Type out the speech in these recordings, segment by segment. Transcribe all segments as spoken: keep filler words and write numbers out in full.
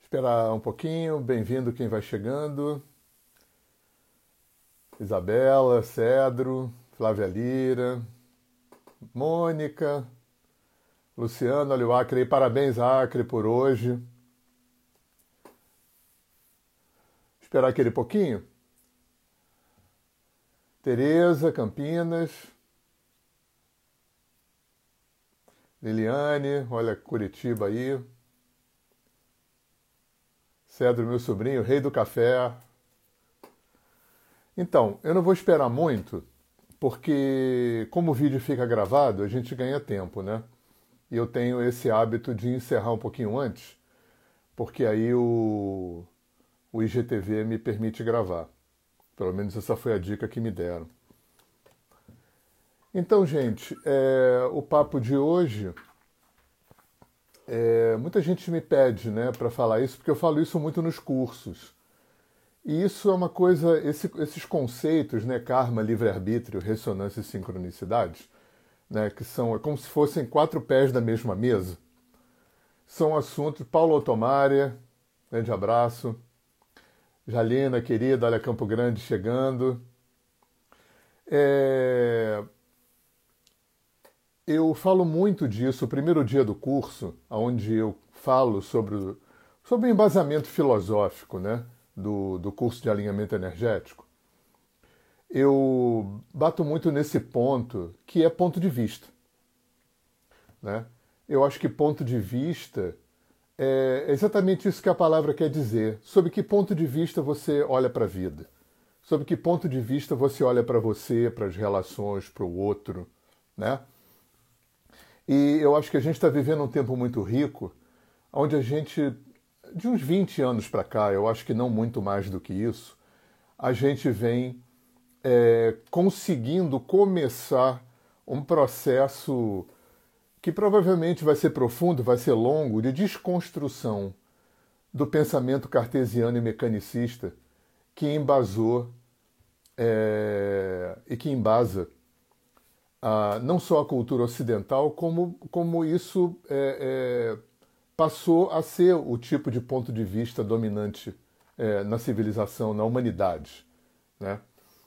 Esperar um pouquinho, bem-vindo quem vai chegando. Isabela, Cedro, Flávia Lira, Mônica, Luciano, olha o Acre aí. Parabéns, Acre, por hoje. Esperar aquele pouquinho. Tereza, Campinas. Liliane, olha Curitiba aí. Cedro, meu sobrinho, rei do café. Então, eu não vou esperar muito, porque como o vídeo fica gravado, a gente ganha tempo, né? E eu tenho esse hábito de encerrar um pouquinho antes, porque aí o, o I G T V me permite gravar. Pelo menos essa foi a dica que me deram. Então, gente, é, o papo de hoje, é, muita gente me pede, né, para falar isso, porque eu falo isso muito nos cursos. E isso é uma coisa, esse, esses conceitos, né, karma, livre-arbítrio, ressonância e sincronicidade, né, que são é como se fossem quatro pés da mesma mesa, são assuntos. Paulo Otomária, grande abraço. Jalina, querida, olha Campo Grande chegando. É... Eu falo muito disso, o primeiro dia do curso, onde eu falo sobre o, sobre o embasamento filosófico, né, do, do curso de alinhamento energético. Eu bato muito nesse ponto, que é ponto de vista, né? Eu acho que ponto de vista é exatamente isso que a palavra quer dizer. Sob que ponto de vista você olha para a vida? Sob que ponto de vista você olha para você, para as relações, para o outro, né? E eu acho que a gente está vivendo um tempo muito rico, onde a gente, de uns vinte anos para cá, eu acho que não muito mais do que isso, a gente vem é, conseguindo começar um processo que provavelmente vai ser profundo, vai ser longo, de desconstrução do pensamento cartesiano e mecanicista que embasou é, e que embasa a, não só a cultura ocidental, como, como isso é, é, passou a ser o tipo de ponto de vista dominante é, na civilização, na humanidade, né?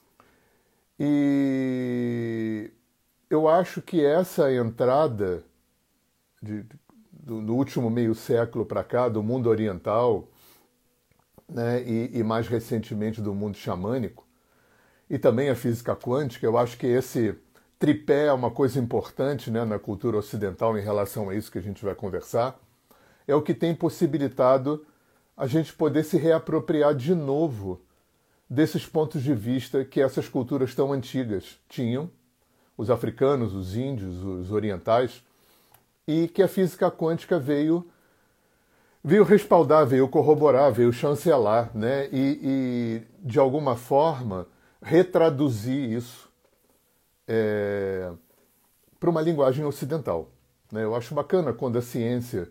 E eu acho que essa entrada de, do, do último meio século para cá, do mundo oriental, né, e, e mais recentemente do mundo xamânico, e também a física quântica, eu acho que esse tripé é uma coisa importante, né, na cultura ocidental em relação a isso que a gente vai conversar, é o que tem possibilitado a gente poder se reapropriar de novo desses pontos de vista que essas culturas tão antigas tinham, os africanos, os índios, os orientais, e que a física quântica veio, veio respaldar, veio corroborar, veio chancelar, né? e, e de alguma forma, retraduzir isso é, para uma linguagem ocidental, né? Eu acho bacana quando a ciência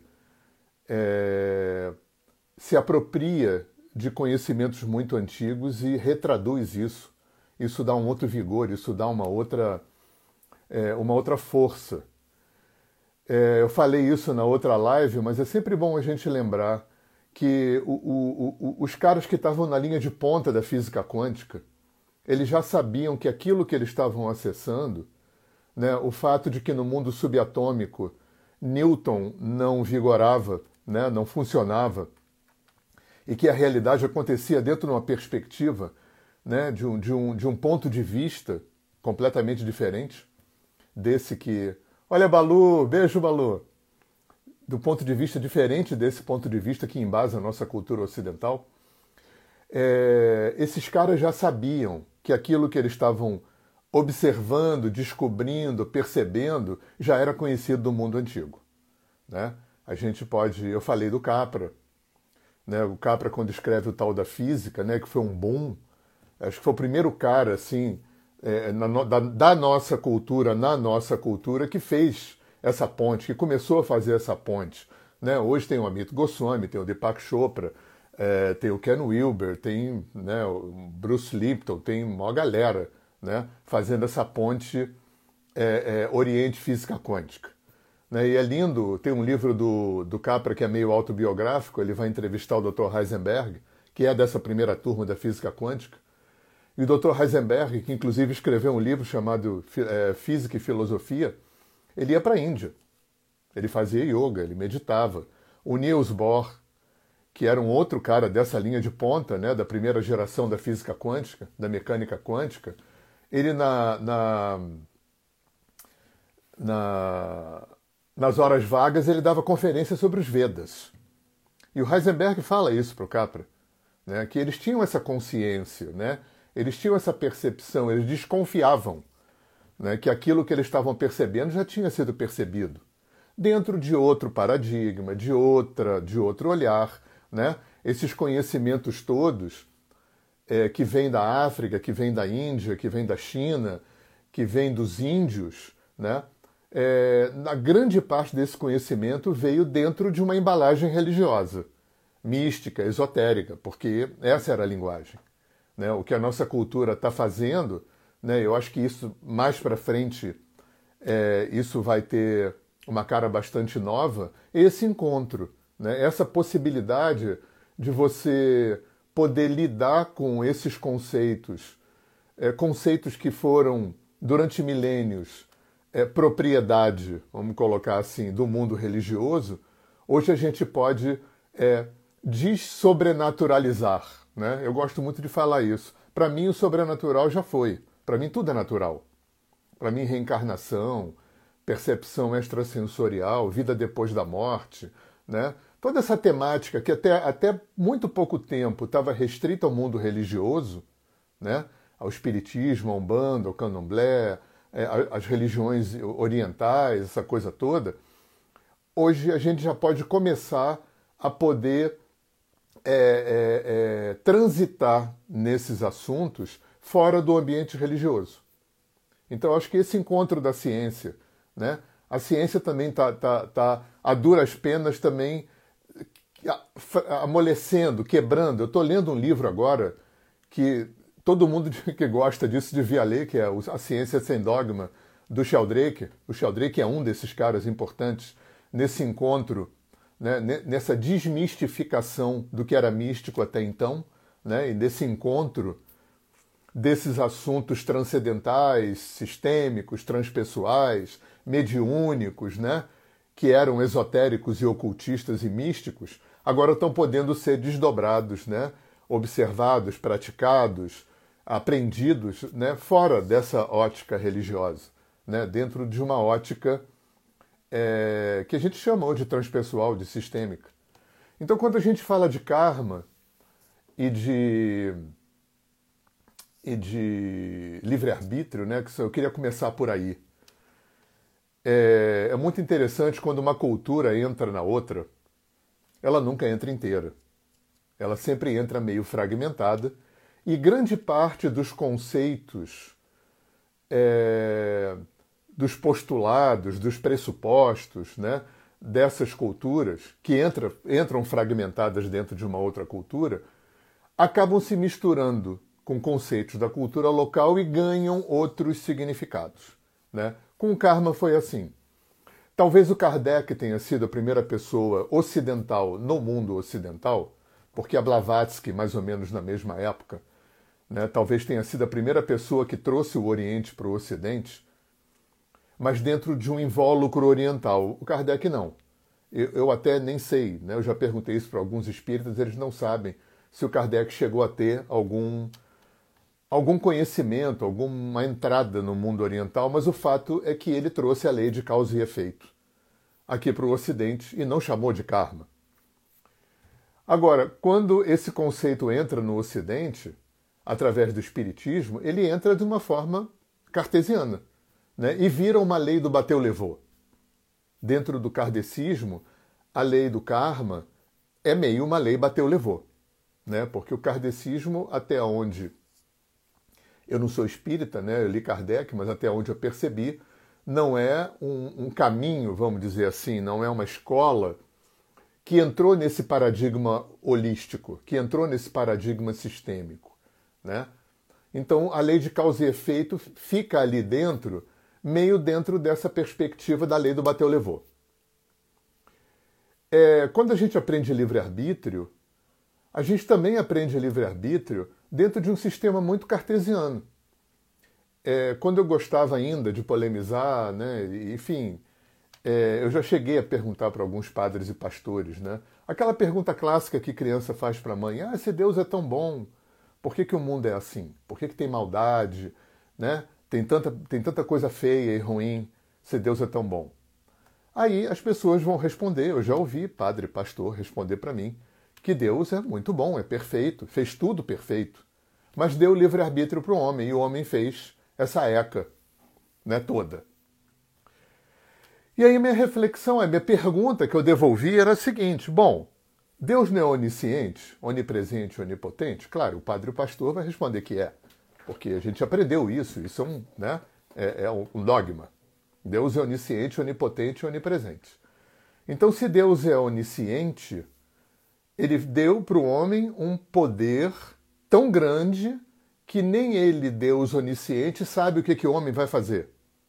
é, se apropria de conhecimentos muito antigos e retraduz isso. Isso dá um outro vigor, isso dá uma outra, é, uma outra força. É, eu falei isso na outra live, mas é sempre bom a gente lembrar que o, o, o, os caras que estavam na linha de ponta da física quântica, eles já sabiam que aquilo que eles estavam acessando, né, o fato de que no mundo subatômico Newton não vigorava, né, não funcionava, e que a realidade acontecia dentro de uma perspectiva, né, de, um, de, um, de um ponto de vista completamente diferente desse que... Olha, Balu, beijo, Balu! Do ponto de vista diferente desse ponto de vista que embasa a nossa cultura ocidental, é, esses caras já sabiam que aquilo que eles estavam observando, descobrindo, percebendo, já era conhecido do mundo antigo, né? A gente pode... Eu falei do Capra, né? O Capra, quando escreve o tal da física, né, que foi um boom, acho que foi o primeiro cara assim, é, na, da, da nossa cultura, na nossa cultura, que fez essa ponte, que começou a fazer essa ponte, né? Hoje tem o Amit Goswami, tem o Deepak Chopra, é, tem o Ken Wilber, tem, né, o Bruce Lipton, tem uma galera, né, fazendo essa ponte é, é, Oriente Física Quântica, Né? E é lindo, tem um livro do, do Capra que é meio autobiográfico, ele vai entrevistar o doutor Heisenberg, que é dessa primeira turma da física quântica. E o doutor Heisenberg, que inclusive escreveu um livro chamado é, Física e Filosofia, ele ia para a Índia. Ele fazia yoga, ele meditava. O Niels Bohr, que era um outro cara dessa linha de ponta, né, da primeira geração da física quântica, da mecânica quântica, ele na, na, na, nas horas vagas ele dava conferências sobre os Vedas. E o Heisenberg fala isso para o Capra, né, que eles tinham essa consciência, né, eles tinham essa percepção, eles desconfiavam, né, que aquilo que eles estavam percebendo já tinha sido percebido, dentro de outro paradigma, de, outra, de outro olhar. Né? Esses conhecimentos todos é, que vêm da África, que vêm da Índia, que vêm da China, que vêm dos índios, né? É, na grande parte desse conhecimento veio dentro de uma embalagem religiosa, mística, esotérica, porque essa era a linguagem. Né? O que a nossa cultura está fazendo, né? Eu acho que isso mais para frente é, isso vai ter uma cara bastante nova, esse encontro. Né? Essa possibilidade de você poder lidar com esses conceitos, é, conceitos que foram, durante milênios, é, propriedade, vamos colocar assim, do mundo religioso, hoje a gente pode é, dessobrenaturalizar. Né? Eu gosto muito de falar isso. Para mim, o sobrenatural já foi. Para mim, tudo é natural. Para mim, reencarnação, percepção extrasensorial, vida depois da morte, né? Toda essa temática que até, até muito pouco tempo estava restrita ao mundo religioso, né? Ao espiritismo, ao umbanda, ao candomblé, é, às religiões orientais, essa coisa toda, hoje a gente já pode começar a poder é, é, é, transitar nesses assuntos fora do ambiente religioso. Então, acho que esse encontro da ciência, né? A ciência também está tá, tá, a duras penas também amolecendo, quebrando. Eu estou lendo um livro agora que todo mundo que gosta disso devia ler, que é A Ciência Sem Dogma, do Sheldrake. O Sheldrake é um desses caras importantes nesse encontro, né? Nessa desmistificação do que era místico até então, né? E desse encontro desses assuntos transcendentais, sistêmicos, transpessoais, mediúnicos, né? Que eram esotéricos e ocultistas e místicos, agora estão podendo ser desdobrados, né? Observados, praticados, aprendidos, né? Fora dessa ótica religiosa, né? Dentro de uma ótica é, que a gente chama de transpessoal, de sistêmica. Então, quando a gente fala de karma e de, e de livre-arbítrio, né? Eu queria começar por aí. É, é muito interessante quando uma cultura entra na outra, ela nunca entra inteira. Ela sempre entra meio fragmentada e grande parte dos conceitos, é, dos postulados, dos pressupostos, né, dessas culturas que entra, entram fragmentadas dentro de uma outra cultura, acabam se misturando com conceitos da cultura local e ganham outros significados. Né? Com o karma foi assim. Talvez o Kardec tenha sido a primeira pessoa ocidental no mundo ocidental, porque a Blavatsky, mais ou menos na mesma época, né, talvez tenha sido a primeira pessoa que trouxe o Oriente para o Ocidente, mas dentro de um invólucro oriental. O Kardec não. Eu, eu até nem sei, né, eu já perguntei isso para alguns espíritas, eles não sabem se o Kardec chegou a ter algum... algum conhecimento, alguma entrada no mundo oriental, mas o fato é que ele trouxe a lei de causa e efeito aqui para o Ocidente e não chamou de karma. Agora, quando esse conceito entra no Ocidente, através do Espiritismo, ele entra de uma forma cartesiana, né? E vira uma lei do bateu-levou. Dentro do kardecismo, a lei do karma é meio uma lei bateu-levou, né? Porque o kardecismo, até onde... Eu não sou espírita, né? Eu li Kardec, mas até onde eu percebi, não é um, um caminho, vamos dizer assim, não é uma escola que entrou nesse paradigma holístico, que entrou nesse paradigma sistêmico. Né? Então, a lei de causa e efeito fica ali dentro, meio dentro dessa perspectiva da lei do bateu-levou. é, quando a gente aprende livre-arbítrio, a gente também aprende livre-arbítrio dentro de um sistema muito cartesiano. É, quando eu gostava ainda de polemizar, né, enfim, é, eu já cheguei a perguntar para alguns padres e pastores, né, aquela pergunta clássica que criança faz para a mãe: ah, se Deus é tão bom, por que, que o mundo é assim? Por que, que tem maldade? Né? Tem tanta, tem tanta coisa feia e ruim, se Deus é tão bom. Aí as pessoas vão responder, eu já ouvi padre e pastor responder para mim, que Deus é muito bom, é perfeito, fez tudo perfeito, mas deu livre-arbítrio para o homem, e o homem fez essa eca, né, toda. E aí minha reflexão, a minha pergunta que eu devolvi era a seguinte: bom, Deus não é onisciente, onipresente, onipotente? Claro, o padre e o pastor vai responder que é, porque a gente aprendeu isso, isso é um, né, é, é um dogma. Deus é onisciente, onipotente e onipresente. Então, se Deus é onisciente, ele deu para o homem um poder tão grande que nem ele, Deus onisciente, sabe o que, que o homem vai fazer.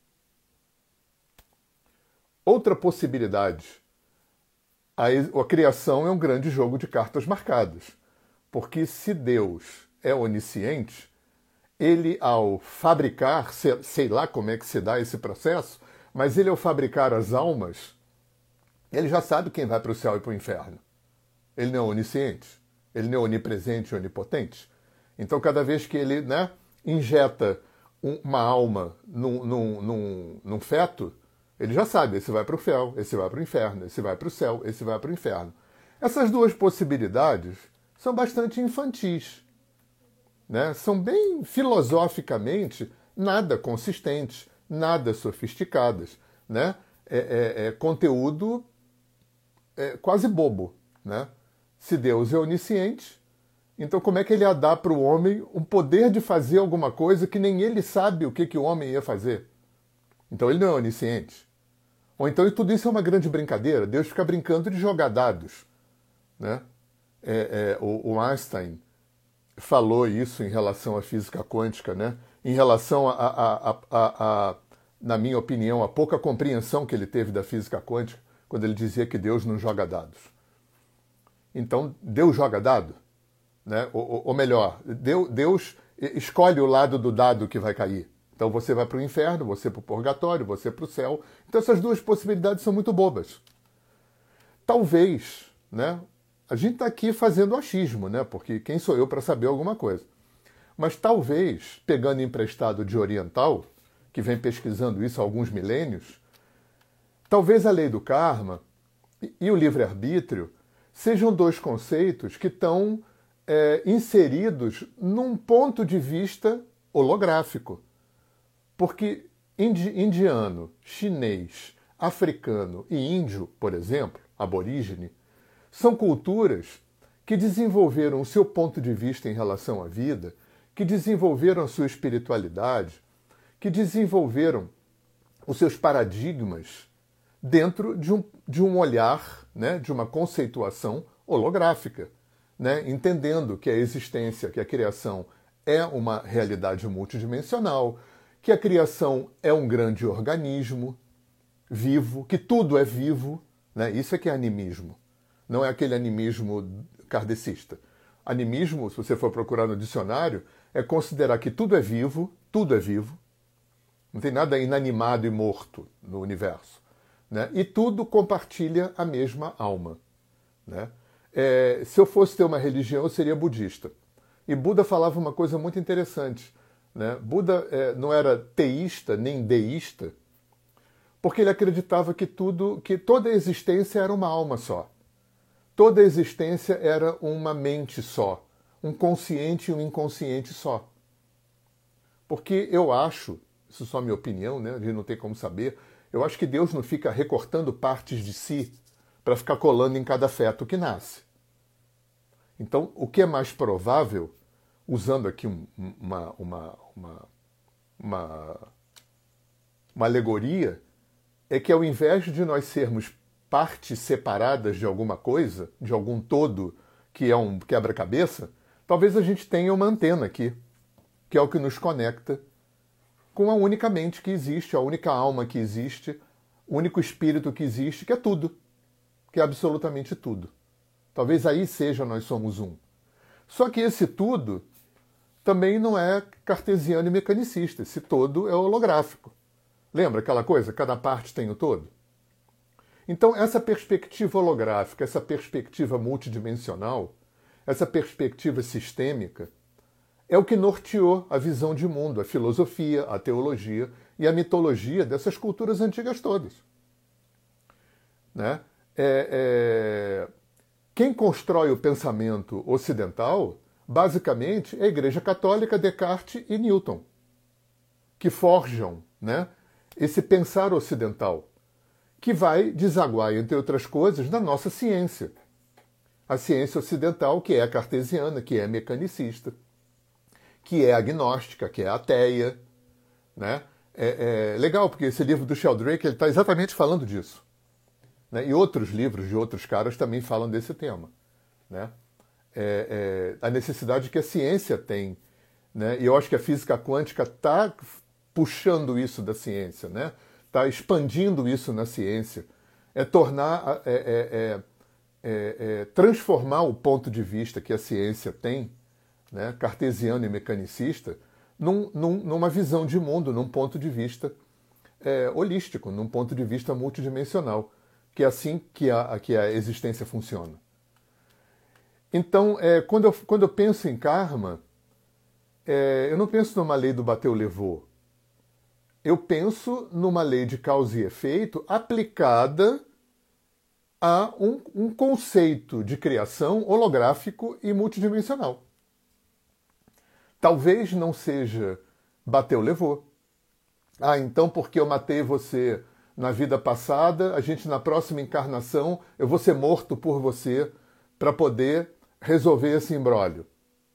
Outra possibilidade: a, a criação é um grande jogo de cartas marcadas. Porque se Deus é onisciente, ele, ao fabricar, sei lá como é que se dá esse processo, mas ele, ao fabricar as almas, ele já sabe quem vai para o céu e para o inferno. Ele não é onisciente, ele não é onipresente e onipotente. Então, cada vez que ele, né, injeta um, uma alma num, num, num, num feto, ele já sabe: esse vai para o céu, esse vai para o inferno, esse vai para o céu, esse vai para o inferno. Essas duas possibilidades são bastante infantis, né? São bem filosoficamente nada consistentes, nada sofisticadas, né? É, é, é conteúdo é, quase bobo, né? Se Deus é onisciente, então como é que ele ia dar para o homem o poder de fazer alguma coisa que nem ele sabe o que, que o homem ia fazer? Então ele não é onisciente. Ou então tudo isso é uma grande brincadeira, Deus fica brincando de jogar dados, né? É, é, o, o Einstein falou isso em relação à física quântica, né? Em relação a, a, a, a, a, na minha opinião, a pouca compreensão que ele teve da física quântica, quando ele dizia que Deus não joga dados. Então, Deus joga dado? Né? Ou, ou melhor, Deus, Deus escolhe o lado do dado que vai cair. Então você vai para o inferno, você para o purgatório, você para o céu. Então essas duas possibilidades são muito bobas. Talvez, né? A gente está aqui fazendo achismo, né? Porque quem sou eu para saber alguma coisa? Mas talvez, pegando emprestado de oriental, que vem pesquisando isso há alguns milênios, talvez a lei do karma e o livre-arbítrio sejam dois conceitos que estão é, inseridos num ponto de vista holográfico. Porque indi- indiano, chinês, africano e índio, por exemplo, aborígene, são culturas que desenvolveram o seu ponto de vista em relação à vida, que desenvolveram a sua espiritualidade, que desenvolveram os seus paradigmas dentro de um, de um olhar, né, de uma conceituação holográfica, né, entendendo que a existência, que a criação é uma realidade multidimensional, que a criação é um grande organismo vivo, que tudo é vivo, né? Isso é que é animismo. Não é aquele animismo kardecista. Animismo, se você for procurar no dicionário, é considerar que tudo é vivo, tudo é vivo, não tem nada inanimado e morto no universo, né? E tudo compartilha a mesma alma, né? É, se eu fosse ter uma religião, eu seria budista. E Buda falava uma coisa muito interessante, né? Buda é, não era teísta nem deísta, porque ele acreditava que tudo, que toda a existência era uma alma só. Toda a existência era uma mente só, um consciente e um inconsciente só. Porque eu acho, isso é só minha opinião, né? A gente não tem como saber, eu acho que Deus não fica recortando partes de si para ficar colando em cada feto que nasce. Então, o que é mais provável, usando aqui um, uma, uma, uma, uma, uma alegoria, é que ao invés de nós sermos partes separadas de alguma coisa, de algum todo que é um quebra-cabeça, talvez a gente tenha uma antena aqui, que é o que nos conecta com a única mente que existe, a única alma que existe, o único espírito que existe, que é tudo. que é absolutamente tudo. Talvez aí seja nós somos um. Só que esse tudo também não é cartesiano e mecanicista. Esse todo é holográfico. Lembra aquela coisa? Cada parte tem o todo? Então, essa perspectiva holográfica, essa perspectiva multidimensional, essa perspectiva sistêmica, é o que norteou a visão de mundo, a filosofia, a teologia e a mitologia dessas culturas antigas todas. Né? É, é... Quem constrói o pensamento ocidental, basicamente, é a Igreja Católica, Descartes e Newton, que forjam, né, esse pensar ocidental, que vai desaguar, entre outras coisas, na nossa ciência. A ciência ocidental, que é cartesiana, que é mecanicista, que é agnóstica, que é ateia. Né? É, é legal, porque esse livro do Sheldrake está exatamente falando disso. Né? E outros livros de outros caras também falam desse tema. Né? É, é, a necessidade que a ciência tem. Né? E eu acho que a física quântica está puxando isso da ciência, né? Está expandindo isso na ciência. É tornar, é, é, é, é, transformar o ponto de vista que a ciência tem, né, cartesiano e mecanicista, num, num, numa visão de mundo, num ponto de vista é, holístico, num ponto de vista multidimensional, que é assim que a, que a existência funciona. Então, é, quando, eu, quando eu penso em karma, é, eu não penso numa lei do bateu-levou. Eu penso numa lei de causa e efeito aplicada a um, um conceito de criação holográfico e multidimensional. Talvez não seja bateu-levou. Ah, então porque eu matei você na vida passada, a gente na próxima encarnação, eu vou ser morto por você para poder resolver esse imbróglio.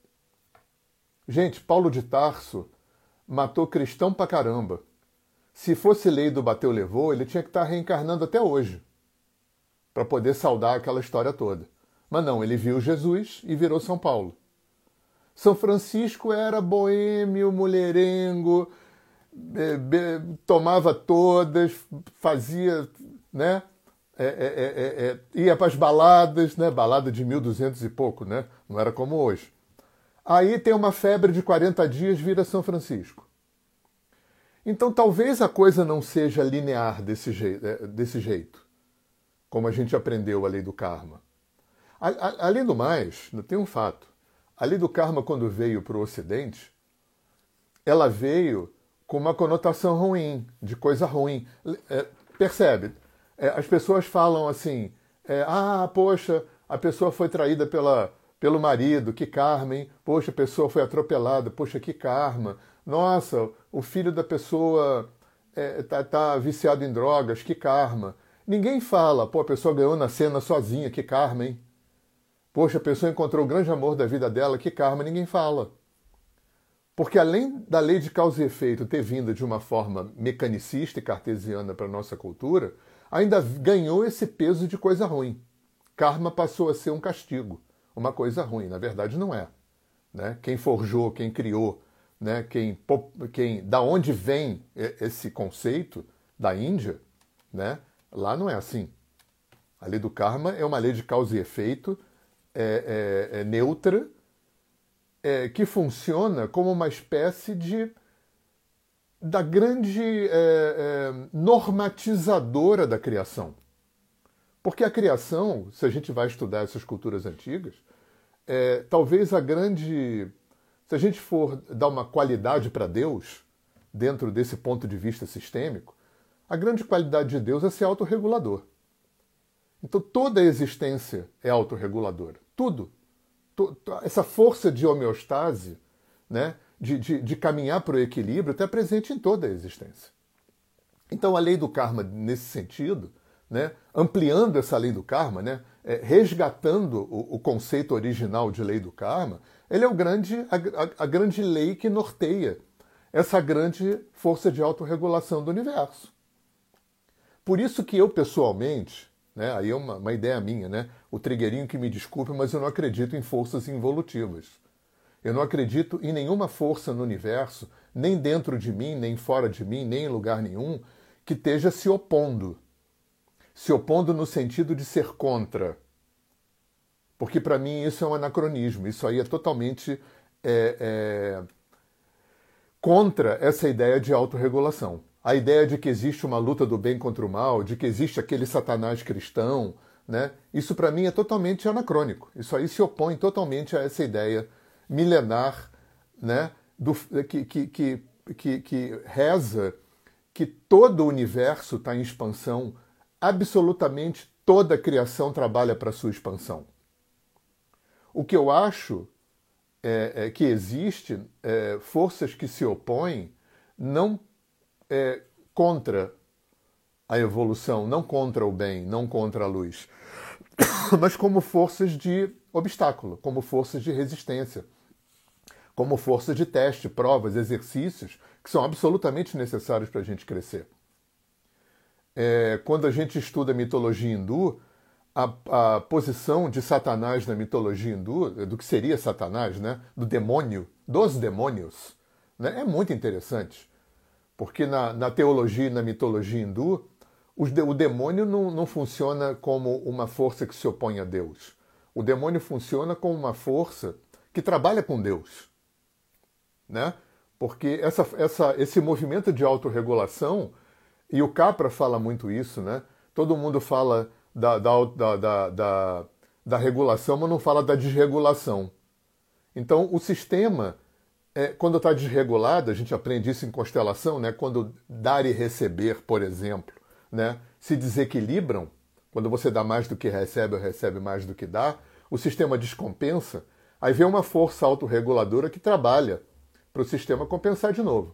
Gente, Paulo de Tarso matou cristão pra caramba. Se fosse lei do bateu-levou, ele tinha que estar reencarnando até hoje para poder saldar aquela história toda. Mas não, ele viu Jesus e virou São Paulo. São Francisco era boêmio, mulherengo, be, be, tomava todas, fazia, né? É, é, é, é, ia para as baladas, né? Balada de mil e duzentos e pouco, né? Não era como hoje. Aí tem uma febre de quarenta dias, vira São Francisco. Então talvez a coisa não seja linear desse jeito, desse jeito, como a gente aprendeu a lei do karma. Além do mais, tem um fato. A lei do karma, quando veio para o Ocidente, ela veio com uma conotação ruim, de coisa ruim. É, percebe? É, as pessoas falam assim, é, ah, poxa, a pessoa foi traída pela, pelo marido, que karma, hein? Poxa, a pessoa foi atropelada, poxa, que karma. Nossa, o filho da pessoa está é, tá viciado em drogas, que karma. Ninguém fala, pô, a pessoa ganhou na cena sozinha, que karma, hein? Poxa, a pessoa encontrou o grande amor da vida dela, que karma, ninguém fala. Porque além da lei de causa e efeito ter vindo de uma forma mecanicista e cartesiana para a nossa cultura, ainda ganhou esse peso de coisa ruim. Karma passou a ser um castigo, uma coisa ruim. Na verdade, não é. Né? Quem forjou, quem criou, né? quem, quem, da onde vem esse conceito, da Índia, né? Lá não é assim. A lei do karma é uma lei de causa e efeito, é, é, é neutra, é, que funciona como uma espécie de da grande é, é, normatizadora da criação. Porque a criação, se a gente vai estudar essas culturas antigas, é, talvez a grande... Se a gente for dar uma qualidade para Deus, dentro desse ponto de vista sistêmico, a grande qualidade de Deus é ser autorregulador. Então toda a existência é autorreguladora. Tudo. Essa força de homeostase, né, de, de, de caminhar para o equilíbrio, está presente em toda a existência. Então a lei do karma, nesse sentido, né, ampliando essa lei do karma, né, é, resgatando o, o conceito original de lei do karma, ele é o grande, a, a, a grande lei que norteia essa grande força de autorregulação do universo. Por isso que eu, pessoalmente, né, aí é uma, uma ideia minha, né, o trigueirinho que me desculpe, mas eu não acredito em forças involutivas. Eu não acredito em nenhuma força no universo, nem dentro de mim, nem fora de mim, nem em lugar nenhum, que esteja se opondo. se opondo no sentido de ser contra. Porque para mim isso é um anacronismo, isso aí é totalmente é, é, contra essa ideia de autorregulação. A ideia de que existe uma luta do bem contra o mal, de que existe aquele satanás cristão, né? Isso para mim é totalmente anacrônico. Isso aí se opõe totalmente a essa ideia milenar, né? Do, que, que, que, que, que reza que todo o universo está em expansão, absolutamente toda a criação trabalha para a sua expansão. O que eu acho é, é que existe é, forças que se opõem não é, contra a evolução, não contra o bem, não contra a luz, mas como forças de obstáculo, como forças de resistência, como forças de teste, provas, exercícios, que são absolutamente necessários para a gente crescer. É, quando a gente estuda mitologia hindu, a, a posição de Satanás na mitologia hindu, do que seria Satanás, né? Do demônio, dos demônios, né? É muito interessante. Porque na, na teologia e na mitologia hindu, os, o demônio não, não funciona como uma força que se opõe a Deus. O demônio funciona como uma força que trabalha com Deus. Né? Porque essa, essa, esse movimento de autorregulação, e o Capra fala muito isso, né? Todo mundo fala da, da, da, da, da, da regulação, mas não fala da desregulação. Então, o sistema, é, quando está desregulado, a gente aprende isso em constelação, né? Quando dar e receber, por exemplo, né? Se desequilibram, quando você dá mais do que recebe ou recebe mais do que dá, o sistema descompensa, aí vem uma força autorreguladora que trabalha para o sistema compensar de novo.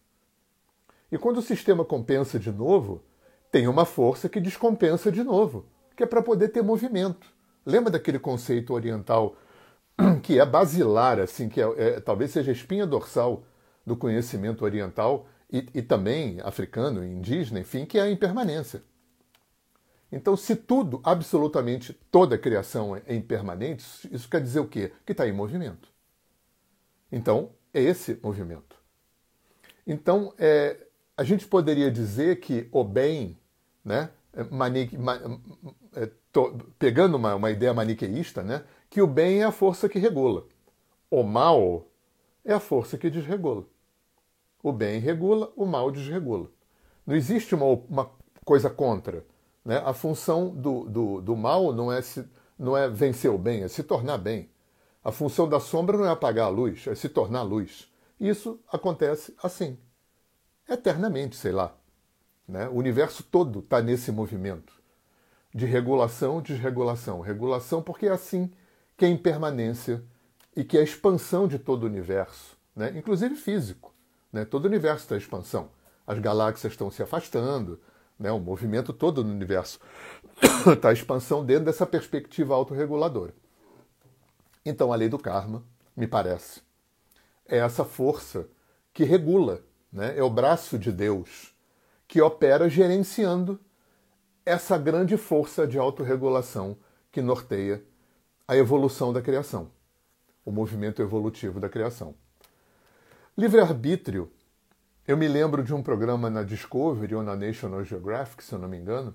E quando o sistema compensa de novo, tem uma força que descompensa de novo, que é para poder ter movimento. Lembra daquele conceito oriental que é basilar, assim, que é, é, talvez seja a espinha dorsal do conhecimento oriental e, e também africano, indígena, enfim, que é a impermanência. Então, se tudo, absolutamente toda a criação é impermanente, isso quer dizer o quê? Que está em movimento. Então, é esse movimento. Então, é, a gente poderia dizer que o bem, né, manique, é, to, pegando uma, uma ideia maniqueísta, né, que o bem é a força que regula. O mal é a força que desregula. O bem regula, o mal desregula. Não existe uma, uma coisa contra. Né? A função do, do, do mal não é, se, não é vencer o bem, é se tornar bem. A função da sombra não é apagar a luz, é se tornar luz. Isso acontece assim, eternamente, sei lá. Né? O universo todo está nesse movimento de regulação, desregulação. Regulação porque é assim que é a impermanência e que é a expansão de todo o universo, né? Inclusive físico. Né? Todo o universo está em expansão. As galáxias estão se afastando, né? O movimento todo no universo está em expansão dentro dessa perspectiva autorreguladora. Então a lei do karma, me parece, é essa força que regula, né? É o braço de Deus que opera gerenciando essa grande força de autorregulação que norteia a evolução da criação, o movimento evolutivo da criação. Livre-arbítrio, eu me lembro de um programa na Discovery ou na National Geographic, se eu não me engano,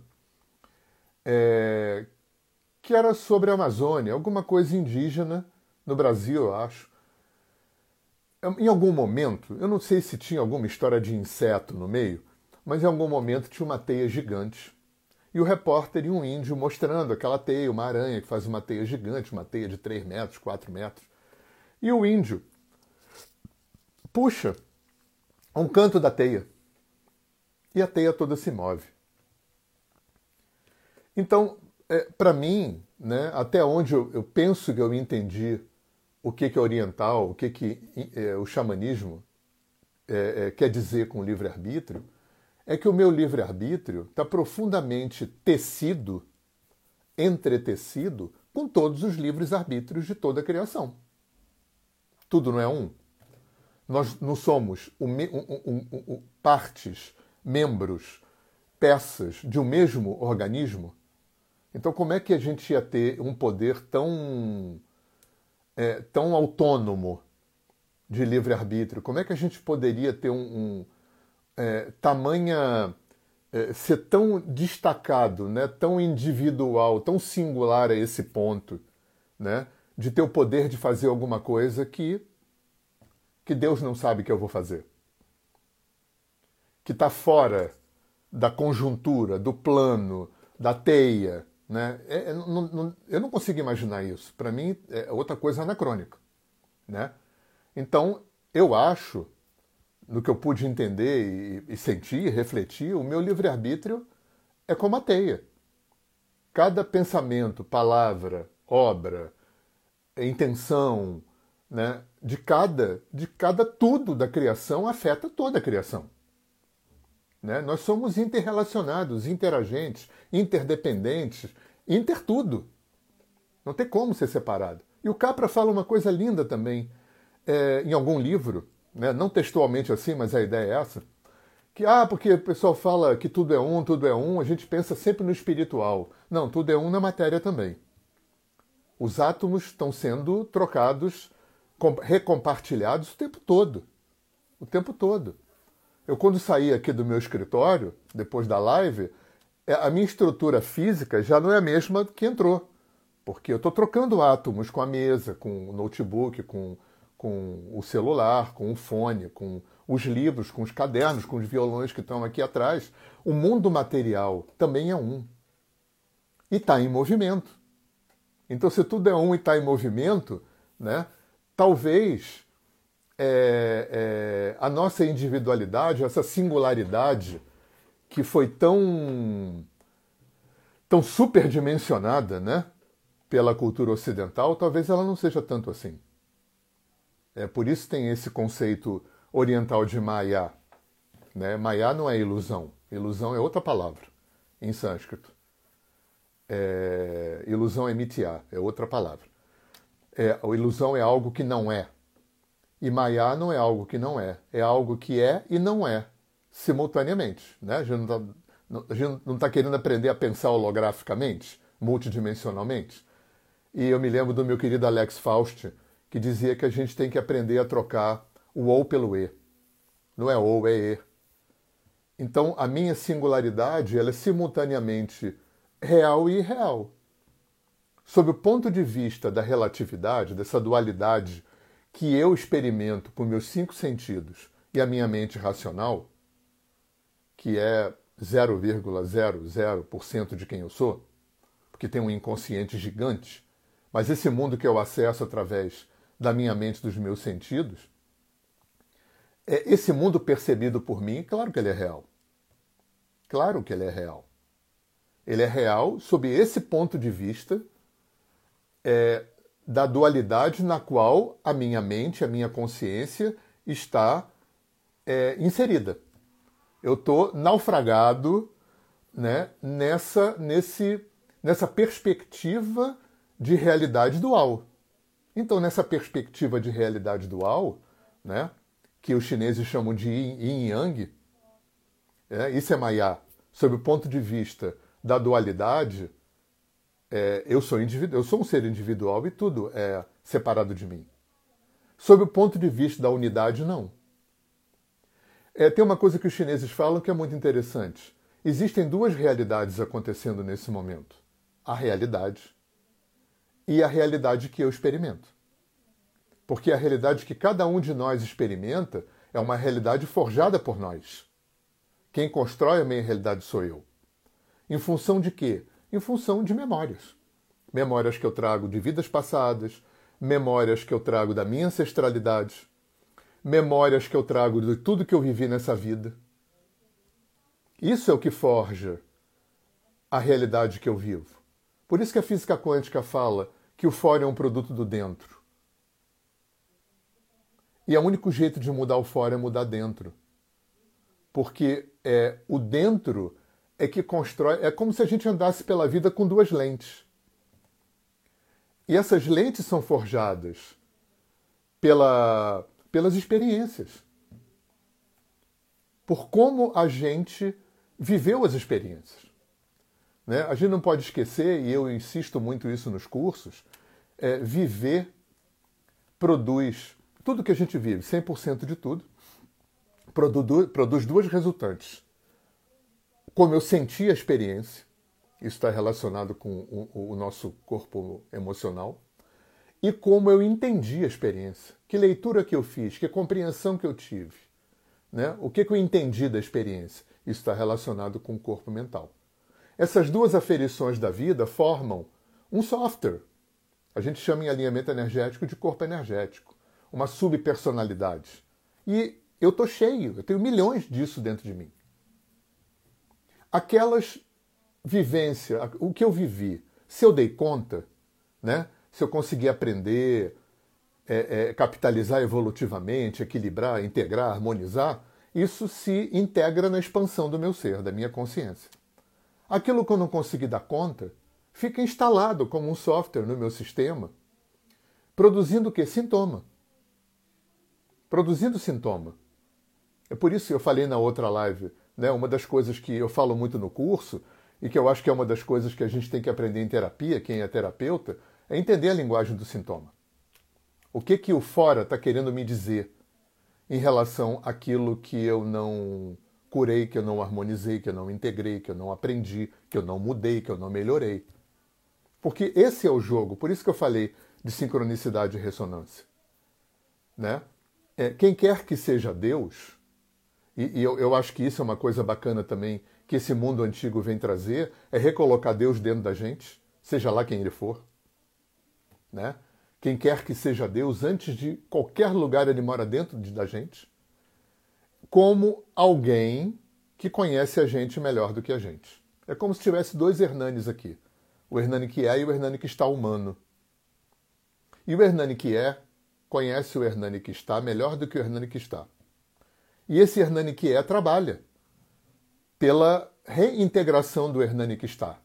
é, que era sobre a Amazônia, alguma coisa indígena, no Brasil, eu acho. Em algum momento, eu não sei se tinha alguma história de inseto no meio, mas em algum momento tinha uma teia gigante. E o repórter e um índio mostrando aquela teia, uma aranha que faz uma teia gigante, uma teia de três metros, quatro metros. E o índio puxa um canto da teia. E a teia toda se move. Então, é, para mim, né, até onde eu, eu penso que eu entendi o que, que é oriental, o que, que é, o xamanismo é, é, quer dizer com livre-arbítrio, é que o meu livre-arbítrio está profundamente tecido, entretecido, com todos os livres-arbítrios de toda a criação. Tudo não é um. Nós não somos um, um, um, um, partes, membros, peças de um mesmo organismo. Então, como é que a gente ia ter um poder tão, é, tão autônomo de livre-arbítrio? Como é que a gente poderia ter um, um é, tamanha é, ser tão destacado, né, tão individual, tão singular a esse ponto, né, de ter o poder de fazer alguma coisa que, que Deus não sabe que eu vou fazer. Que está fora da conjuntura, do plano, da teia. Né? É, é, não, não, eu não consigo imaginar isso. Para mim, é outra coisa anacrônica. Né? Então, eu acho, no que eu pude entender e, e sentir, refletir, o meu livre-arbítrio é como a teia. Cada pensamento, palavra, obra, intenção, né, de cada, de cada tudo da criação afeta toda a criação. Né? Nós somos interrelacionados, interagentes, interdependentes, intertudo. Não tem como ser separado. E o Capra fala uma coisa linda também, é, em algum livro, né, não textualmente assim, mas a ideia é essa, que, ah, porque o pessoal fala que tudo é um, tudo é um, a gente pensa sempre no espiritual. Não, tudo é um na matéria também. Os átomos estão sendo trocados, recompartilhados o tempo todo. O tempo todo. Eu, quando saí aqui do meu escritório, depois da live, a minha estrutura física já não é a mesma que entrou. Porque eu estou trocando átomos com a mesa, com o notebook, com, com o celular, com o fone, com os livros, com os cadernos, com os violões que estão aqui atrás. O mundo material também é um. E está em movimento. Então, se tudo é um e está em movimento, né, talvez é, é, a nossa individualidade, essa singularidade que foi tão, tão superdimensionada, né, pela cultura ocidental, talvez ela não seja tanto assim. É, por isso tem esse conceito oriental de Maya. Né? Maya não é ilusão. Ilusão é outra palavra em sânscrito. É, ilusão é mitya, é outra palavra. É, a ilusão é algo que não é. E Maya não é algo que não é. É algo que é e não é, simultaneamente. Né? A gente não está querendo aprender a pensar holograficamente, multidimensionalmente. E eu me lembro do meu querido Alex Faust, que dizia que a gente tem que aprender a trocar o ou pelo e. Não é ou, é e. Então, a minha singularidade ela é simultaneamente real e irreal. Sob o ponto de vista da relatividade, dessa dualidade que eu experimento por meus cinco sentidos e a minha mente racional, que é zero vírgula zero zero por cento de quem eu sou, porque tem um inconsciente gigante, mas esse mundo que eu acesso através da minha mente, dos meus sentidos, é esse mundo percebido por mim, claro que ele é real. Claro que ele é real. Ele é real sob esse ponto de vista é, da dualidade na qual a minha mente, a minha consciência está é, inserida. Eu estou naufragado, né, nessa, nesse, nessa perspectiva de realidade dual. Então, nessa perspectiva de realidade dual, né, que os chineses chamam de yin e yang, é, isso é Maya. Sob o ponto de vista da dualidade, é, eu, sou individu- eu sou um ser individual e tudo é separado de mim. Sob o ponto de vista da unidade, não. É, tem uma coisa que os chineses falam que é muito interessante. Existem duas realidades acontecendo nesse momento. A realidade e a realidade que eu experimento. Porque a realidade que cada um de nós experimenta é uma realidade forjada por nós. Quem constrói a minha realidade sou eu. Em função de quê? Em função de memórias. Memórias que eu trago de vidas passadas, memórias que eu trago da minha ancestralidade, memórias que eu trago de tudo que eu vivi nessa vida. Isso é o que forja a realidade que eu vivo. Por isso que a física quântica fala que o fora é um produto do dentro. E o único jeito de mudar o fora é mudar dentro. Porque é, o dentro é que constrói... É como se a gente andasse pela vida com duas lentes. E essas lentes são forjadas pela, pelas experiências. Por como a gente viveu as experiências. Né? A gente não pode esquecer, e eu insisto muito isso nos cursos, é, viver produz tudo que a gente vive, cem por cento de tudo, produz, produz duas resultantes. como eu senti a experiência, isso está relacionado com o, o nosso corpo emocional, e como eu entendi a experiência, que leitura que eu fiz, que compreensão que eu tive, né? O que, que eu entendi da experiência, isso está relacionado com o corpo mental. Essas duas aferições da vida formam um software. A gente chama em alinhamento energético de corpo energético, uma subpersonalidade. E eu estou cheio, eu tenho milhões disso dentro de mim. Aquelas vivências, o que eu vivi, se eu dei conta, né? Se eu consegui aprender, é, é, capitalizar evolutivamente, equilibrar, integrar, harmonizar, isso se integra na expansão do meu ser, da minha consciência. Aquilo que eu não consegui dar conta fica instalado como um software no meu sistema, produzindo o quê? Sintoma. Produzindo sintoma. É por isso que eu falei na outra live, né? Uma das coisas que eu falo muito no curso, e que eu acho que é uma das coisas que a gente tem que aprender em terapia, quem é terapeuta, é entender a linguagem do sintoma. O que que o fora está querendo me dizer em relação àquilo que eu não curei, que eu não harmonizei, que eu não integrei, que eu não aprendi, que eu não mudei, que eu não melhorei. Porque esse é o jogo, por isso que eu falei de sincronicidade e ressonância. Né? É, quem quer que seja Deus, e, e eu, eu acho que isso é uma coisa bacana também, que esse mundo antigo vem trazer, é recolocar Deus dentro da gente, seja lá quem ele for. Né? Quem quer que seja Deus, antes de qualquer lugar ele mora dentro de, da gente, como alguém que conhece a gente melhor do que a gente. É como se tivesse dois Hernanes aqui. O Hernani que é e o Hernani que está humano. E o Hernani que é conhece o Hernani que está melhor do que o Hernani que está. E esse Hernani que é trabalha pela reintegração do Hernani que está.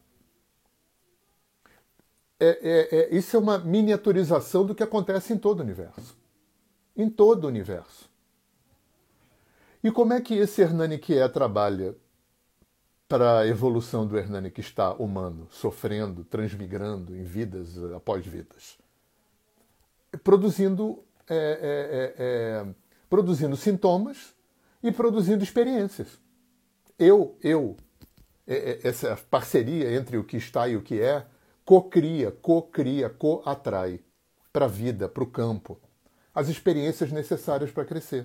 É, é, é, isso é uma miniaturização do que acontece em todo o universo. Em todo o universo. E como é que esse Hernani que é trabalha para a evolução do Hernani que está humano, sofrendo, transmigrando em vidas após vidas? Produzindo, é, é, é, produzindo sintomas e produzindo experiências. Eu, eu, essa parceria entre o que está e o que é, co-cria, co-cria, co-atrai para a vida, para o campo, as experiências necessárias para crescer.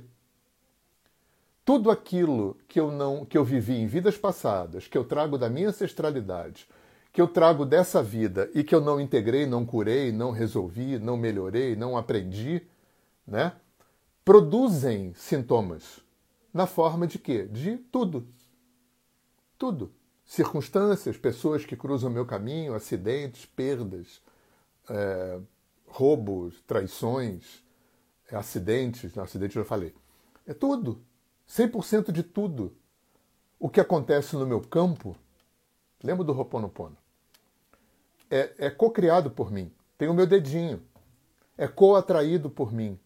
Tudo aquilo que eu, não, que eu vivi em vidas passadas, que eu trago da minha ancestralidade, que eu trago dessa vida e que eu não integrei, não curei, não resolvi, não melhorei, não aprendi, né? Produzem sintomas. Na forma de quê? De tudo. Tudo. Circunstâncias, pessoas que cruzam o meu caminho, acidentes, perdas, é, roubos, traições, é, acidentes, não, acidente eu já falei. É tudo. cem por cento de tudo. O que acontece no meu campo, lembra do Ho'oponopono? É, é co-criado por mim. Tem o meu dedinho. É co-atraído por mim.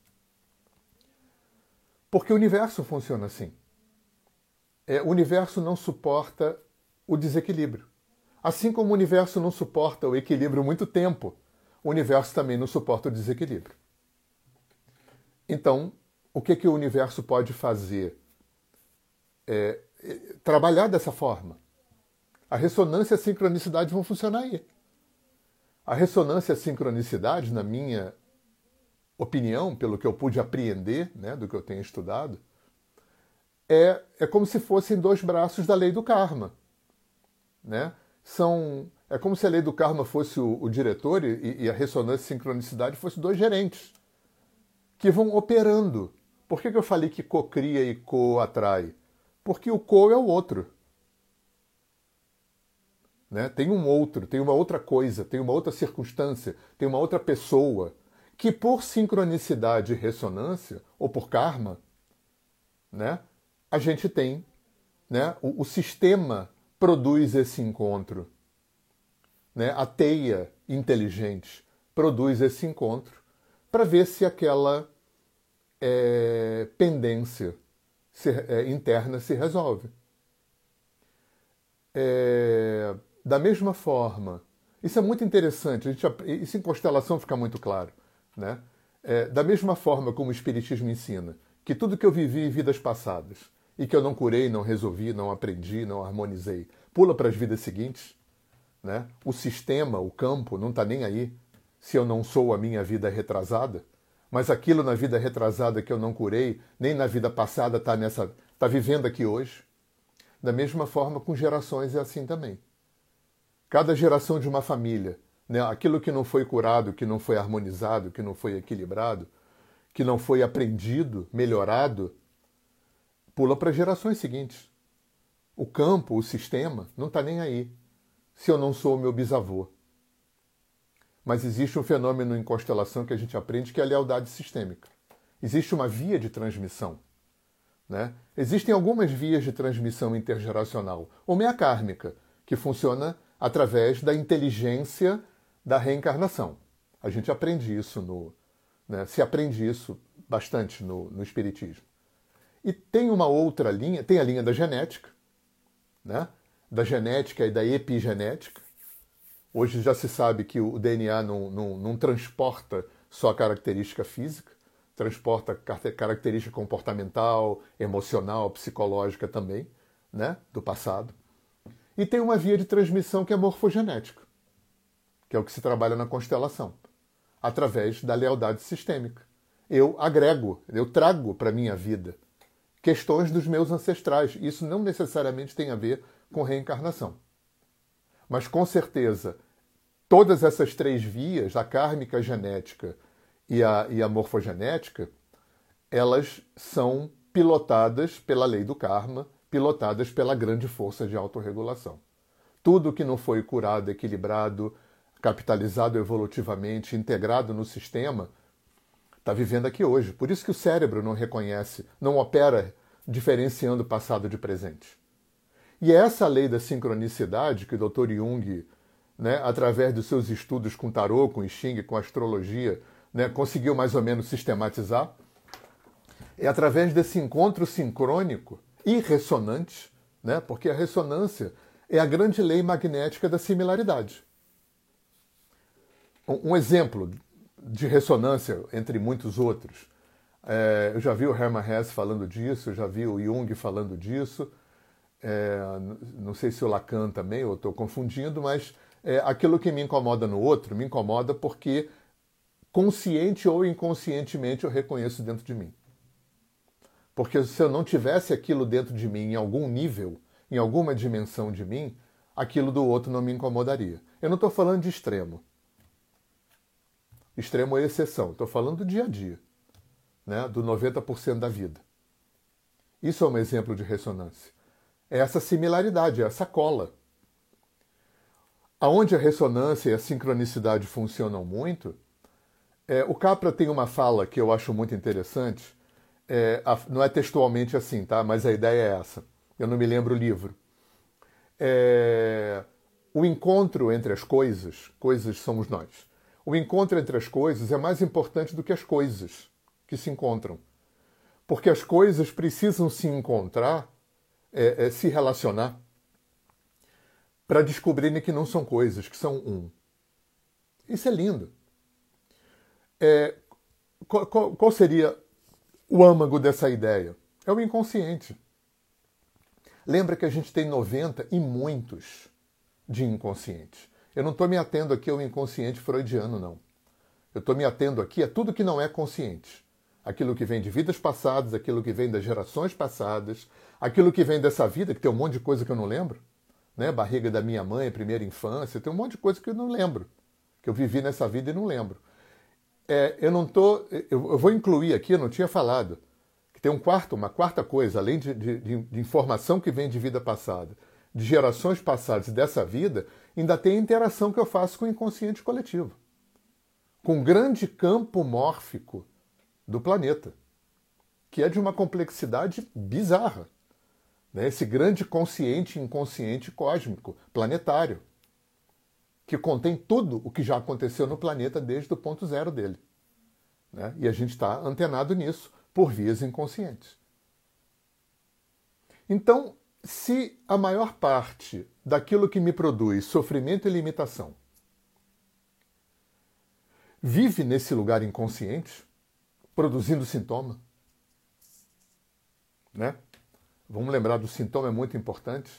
Porque o universo funciona assim. É, o universo não suporta o desequilíbrio. Assim como o universo não suporta o equilíbrio muito tempo, o universo também não suporta o desequilíbrio. Então, o que, que o universo pode fazer? É, é, trabalhar dessa forma. A ressonância e a sincronicidade vão funcionar aí. A ressonância e a sincronicidade, na minha opinião, pelo que eu pude apreender, né, do que eu tenho estudado, é, é como se fossem dois braços da lei do karma. Né? São, é como se a lei do karma fosse o, o diretor e, e a ressonância e sincronicidade fossem dois gerentes que vão operando. Por que, que eu falei que co-cria e co-atrai? Porque o co é o outro. Né? Tem um outro, tem uma outra coisa, tem uma outra circunstância, tem uma outra pessoa que por sincronicidade e ressonância, ou por karma, né, a gente tem, né, o, o sistema produz esse encontro. Né? A teia inteligente produz esse encontro para ver se aquela é, pendência se, é, interna se resolve. É, da mesma forma, isso é muito interessante, a gente, isso em constelação fica muito claro. Né? É, da mesma forma como o Espiritismo ensina que tudo que eu vivi em vidas passadas e que eu não curei, não resolvi, não aprendi, não harmonizei. Pula para as vidas seguintes. Né? O sistema, o campo, não está nem aí se eu não sou a minha vida retrasada, mas aquilo na vida retrasada que eu não curei, nem na vida passada está nessa, tá vivendo aqui hoje. Da mesma forma, com gerações é assim também. Cada geração de uma família, né? Aquilo que não foi curado, que não foi harmonizado, que não foi equilibrado, que não foi aprendido, melhorado, pula para as gerações seguintes. O campo, o sistema, não está nem aí se eu não sou o meu bisavô. Mas existe um fenômeno em constelação que a gente aprende que é a lealdade sistêmica. Existe uma via de transmissão. Né? Existem algumas vias de transmissão intergeracional. Uma é a kármica, que funciona através da inteligência da reencarnação. A gente aprende isso no... Né? Se aprende isso bastante no, no Espiritismo. E tem uma outra linha, tem a linha da genética, né? Da genética e da epigenética. Hoje já se sabe que o D N A não, não, não transporta só característica física, transporta característica comportamental, emocional, psicológica também, né, do passado. E tem uma via de transmissão que é morfogenética, que é o que se trabalha na constelação, através da lealdade sistêmica. Eu agrego, eu trago para a minha vida questões dos meus ancestrais. Isso não necessariamente tem a ver com reencarnação. Mas, com certeza, todas essas três vias, a kármica, a genética e a, e a morfogenética, elas são pilotadas pela lei do karma, pilotadas pela grande força de autorregulação. Tudo que não foi curado, equilibrado, capitalizado evolutivamente, integrado no sistema, está vivendo aqui hoje. Por isso que o cérebro não reconhece, não opera diferenciando passado de presente. E é essa lei da sincronicidade que o doutor Jung, né, através dos seus estudos com tarô, com I Ching, com astrologia, né, conseguiu mais ou menos sistematizar. É através desse encontro sincrônico e ressonante, né, porque a ressonância é a grande lei magnética da similaridade. Um exemplo de ressonância, entre muitos outros, é, eu já vi o Hermann Hesse falando disso, eu já vi o Jung falando disso, é, não sei se o Lacan também, eu estou confundindo, mas é, aquilo que me incomoda no outro, me incomoda porque consciente ou inconscientemente eu reconheço dentro de mim. Porque se eu não tivesse aquilo dentro de mim em algum nível, em alguma dimensão de mim, aquilo do outro não me incomodaria. Eu não estou falando de extremo. Extremo é exceção. Estou falando do dia a dia, né? Do noventa por cento da vida. Isso é um exemplo de ressonância. É essa similaridade, é essa cola. Aonde a ressonância e a sincronicidade funcionam muito, é, o Capra tem uma fala que eu acho muito interessante, é, a, não é textualmente assim, tá? Mas a ideia é essa. Eu não me lembro o livro. É, o encontro entre as coisas, coisas somos nós, o encontro entre as coisas é mais importante do que as coisas que se encontram. Porque as coisas precisam se encontrar, é, é, se relacionar, para descobrirem que não são coisas, que são um. Isso é lindo. É, qual, qual, qual seria o âmago dessa ideia? É o inconsciente. Lembra que a gente tem noventa e muitos de inconscientes. Eu não estou me atendo aqui ao inconsciente freudiano, não. Eu estou me atendo aqui a tudo que não é consciente. Aquilo que vem de vidas passadas, aquilo que vem das gerações passadas, aquilo que vem dessa vida, que tem um monte de coisa que eu não lembro. Né? Barriga da minha mãe, primeira infância, tem um monte de coisa que eu não lembro. Que eu vivi nessa vida e não lembro. É, eu não tô, eu, eu vou incluir aqui, eu não tinha falado, que tem um quarto, uma quarta coisa, além de, de, de informação que vem de vida passada, de gerações passadas e dessa vida, ainda tem a interação que eu faço com o inconsciente coletivo. Com um grande campo mórfico do planeta, que é de uma complexidade bizarra. Né? Esse grande consciente e inconsciente cósmico, planetário, que contém tudo o que já aconteceu no planeta desde o ponto zero dele. Né? E a gente está antenado nisso por vias inconscientes. Então, se a maior parte daquilo que me produz sofrimento e limitação vive nesse lugar inconsciente, produzindo sintoma, né? Vamos lembrar do sintoma, é muito importante,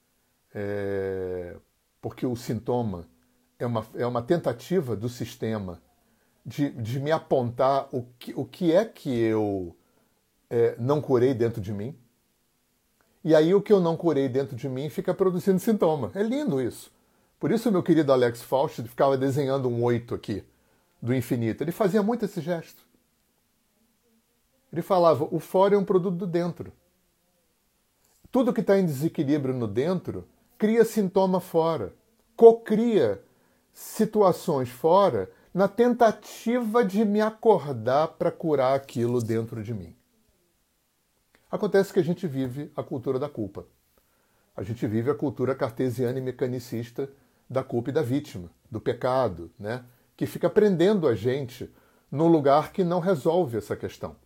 é, porque o sintoma é uma, é uma tentativa do sistema de, de me apontar o que, o que é que eu é, não curei dentro de mim. E aí o que eu não curei dentro de mim fica produzindo sintoma. É lindo isso. Por isso o meu querido Alex Faust ficava desenhando um oito aqui, do infinito. Ele fazia muito esse gesto. Ele falava, o fora é um produto do dentro. Tudo que está em desequilíbrio no dentro cria sintoma fora. Cocria situações fora na tentativa de me acordar para curar aquilo dentro de mim. Acontece que a gente vive a cultura da culpa. A gente vive a cultura cartesiana e mecanicista da culpa e da vítima, do pecado, né? Que fica prendendo a gente no lugar que não resolve essa questão.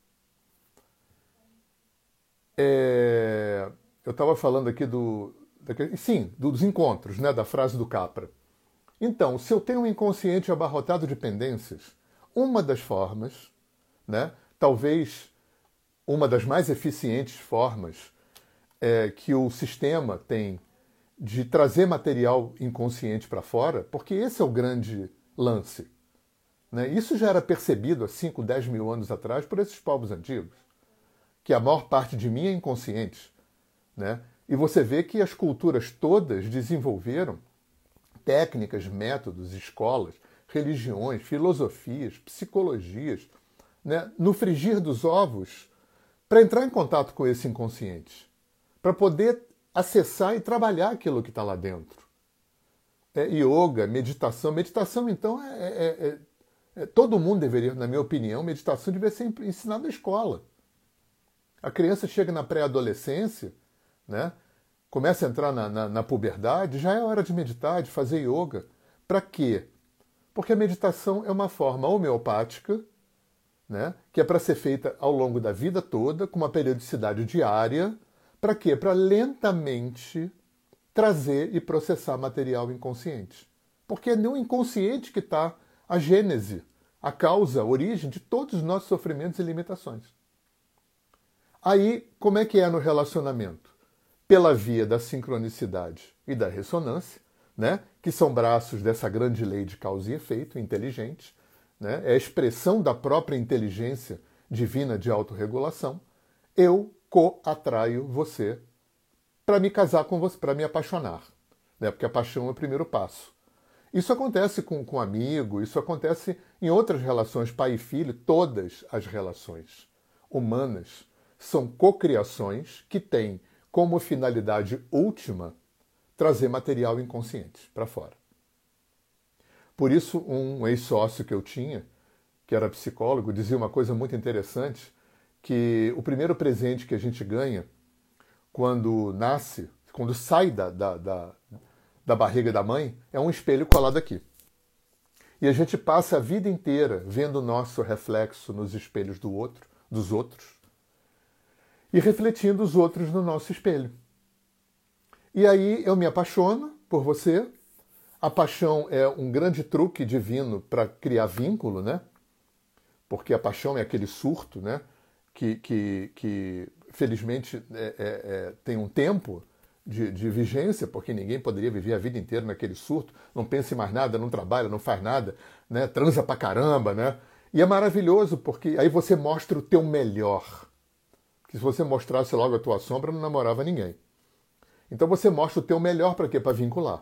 É... Eu estava falando aqui do... Sim, dos encontros, né? Da frase do Capra. Então, se eu tenho um inconsciente abarrotado de pendências, uma das formas, né? Talvez uma das mais eficientes formas é, que o sistema tem de trazer material inconsciente para fora, porque esse é o grande lance. Né? Isso já era percebido há cinco, dez mil anos atrás por esses povos antigos, que a maior parte de mim é inconsciente. Né? E você vê que as culturas todas desenvolveram técnicas, métodos, escolas, religiões, filosofias, psicologias, né? No frigir dos ovos, para entrar em contato com esse inconsciente, para poder acessar e trabalhar aquilo que está lá dentro. É yoga, meditação. Meditação, então, é, é, é, é, todo mundo deveria, na minha opinião, meditação deveria ser ensinada na escola. A criança chega na pré-adolescência, né, começa a entrar na, na, na puberdade, já é hora de meditar, de fazer yoga. Para quê? Porque a meditação é uma forma homeopática, né, que é para ser feita ao longo da vida toda, com uma periodicidade diária. Para quê? Para lentamente trazer e processar material inconsciente. Porque é no inconsciente que está a gênese, a causa, a origem de todos os nossos sofrimentos e limitações. Aí, como é que é no relacionamento? Pela via da sincronicidade e da ressonância, né, que são braços dessa grande lei de causa e efeito, inteligente, né, é a expressão da própria inteligência divina de autorregulação. Eu co-atraio você para me casar com você, para me apaixonar. Né? Porque a paixão é o primeiro passo. Isso acontece com, com amigo, isso acontece em outras relações, pai e filho. Todas as relações humanas são cocriações que têm como finalidade última trazer material inconsciente para fora. Por isso, um ex-sócio que eu tinha, que era psicólogo, dizia uma coisa muito interessante, que o primeiro presente que a gente ganha quando nasce, quando sai da, da, da, da barriga da mãe, é um espelho colado aqui. E a gente passa a vida inteira vendo o nosso reflexo nos espelhos do outro, dos outros, e refletindo os outros no nosso espelho. E aí eu me apaixono por você. A paixão é um grande truque divino para criar vínculo, né? Porque a paixão é aquele surto, né? Que, que, que felizmente é, é, é, tem um tempo de, de vigência, porque ninguém poderia viver a vida inteira naquele surto, não pensa em mais nada, não trabalha, não faz nada, né? Transa pra caramba, né? E é maravilhoso, porque aí você mostra o teu melhor. Que se você mostrasse logo a tua sombra, não namorava ninguém. Então você mostra o teu melhor para quê? Para vincular.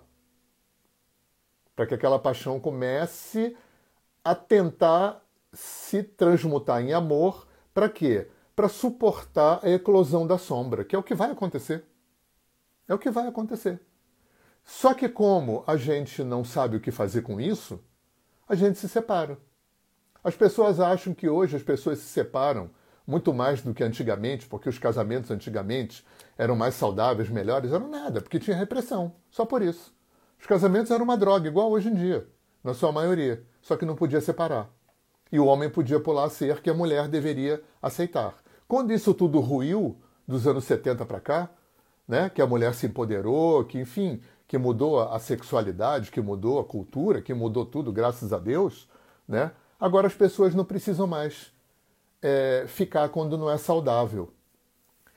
Para que aquela paixão comece a tentar se transmutar em amor. Para quê? Para suportar a eclosão da sombra, que é o que vai acontecer. É o que vai acontecer. Só que como a gente não sabe o que fazer com isso, a gente se separa. As pessoas acham que hoje as pessoas se separam muito mais do que antigamente, porque os casamentos antigamente eram mais saudáveis, melhores, eram nada, porque tinha repressão, só por isso. Os casamentos eram uma droga, igual hoje em dia, na sua maioria, só que não podia separar. E o homem podia pular a cerca que a mulher deveria aceitar. Quando isso tudo ruiu, dos anos setenta para cá, né, que a mulher se empoderou, que, enfim, que mudou a sexualidade, que mudou a cultura, que mudou tudo, graças a Deus, né, agora as pessoas não precisam mais é, ficar quando não é saudável.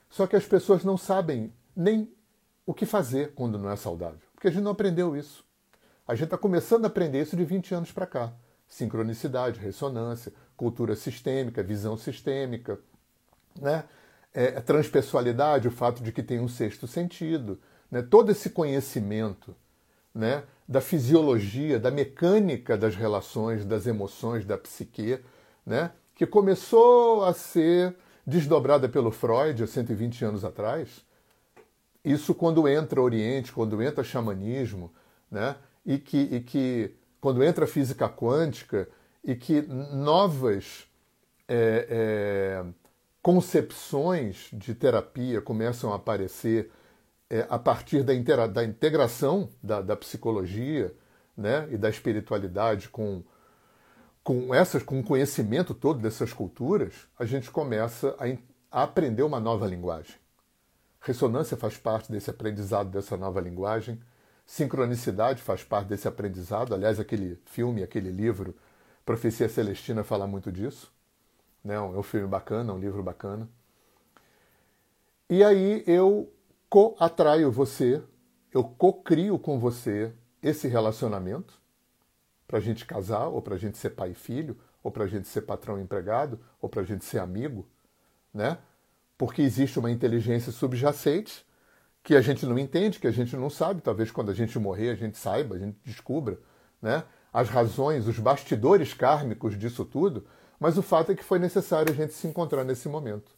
Só que as pessoas não sabem nem o que fazer quando não é saudável, porque a gente não aprendeu isso. A gente está começando a aprender isso de vinte anos para cá. Sincronicidade, ressonância, cultura sistêmica, visão sistêmica, né? É, transpessoalidade, o fato de que tem um sexto sentido, né? Todo esse conhecimento, né, da fisiologia, da mecânica das relações, das emoções, da psique, né, que começou a ser desdobrada pelo Freud há cento e vinte anos atrás. Isso quando entra Oriente, quando entra xamanismo, né, e, que, e que quando entra física quântica e que novas é, é, concepções de terapia começam a aparecer é, a partir da, intera- da integração da, da psicologia, né, e da espiritualidade com, com, essas, com o conhecimento todo dessas culturas, a gente começa a, a aprender uma nova linguagem. Ressonância faz parte desse aprendizado dessa nova linguagem. Sincronicidade faz parte desse aprendizado. Aliás, aquele filme, aquele livro, Profecia Celestina, fala muito disso. Né? É um filme bacana, um livro bacana. E aí eu co-atraio você, eu co-crio com você esse relacionamento para a gente casar, ou para a gente ser pai e filho, ou para a gente ser patrão e empregado, ou para a gente ser amigo, né? Porque existe uma inteligência subjacente que a gente não entende, que a gente não sabe. Talvez quando a gente morrer a gente saiba, a gente descubra, né, as razões, os bastidores kármicos disso tudo, mas o fato é que foi necessário a gente se encontrar nesse momento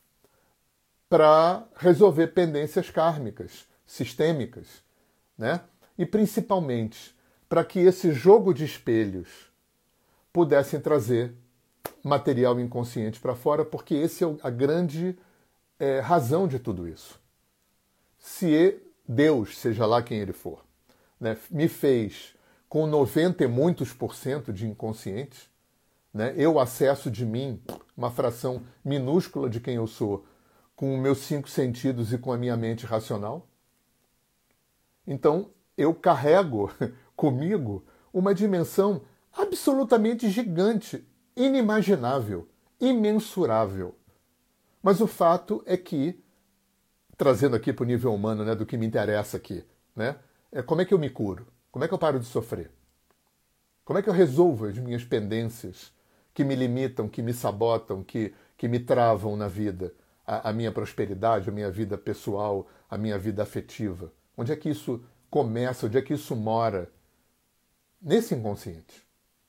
para resolver pendências kármicas, sistêmicas, né? E principalmente para que esse jogo de espelhos pudessem trazer material inconsciente para fora, porque esse é a grande é, razão de tudo isso. Se Deus, seja lá quem ele for, né, me fez com noventa e muitos por cento de inconscientes, né, eu acesso de mim uma fração minúscula de quem eu sou com os meus cinco sentidos e com a minha mente racional. Então, eu carrego comigo uma dimensão absolutamente gigante, inimaginável, imensurável. Mas o fato é que, trazendo aqui para o nível humano, né, do que me interessa aqui, né, é como é que eu me curo? Como é que eu paro de sofrer? Como é que eu resolvo as minhas pendências que me limitam, que me sabotam, que, que me travam na vida? A, a minha prosperidade, a minha vida pessoal, a minha vida afetiva. Onde é que isso começa? Onde é que isso mora? Nesse inconsciente.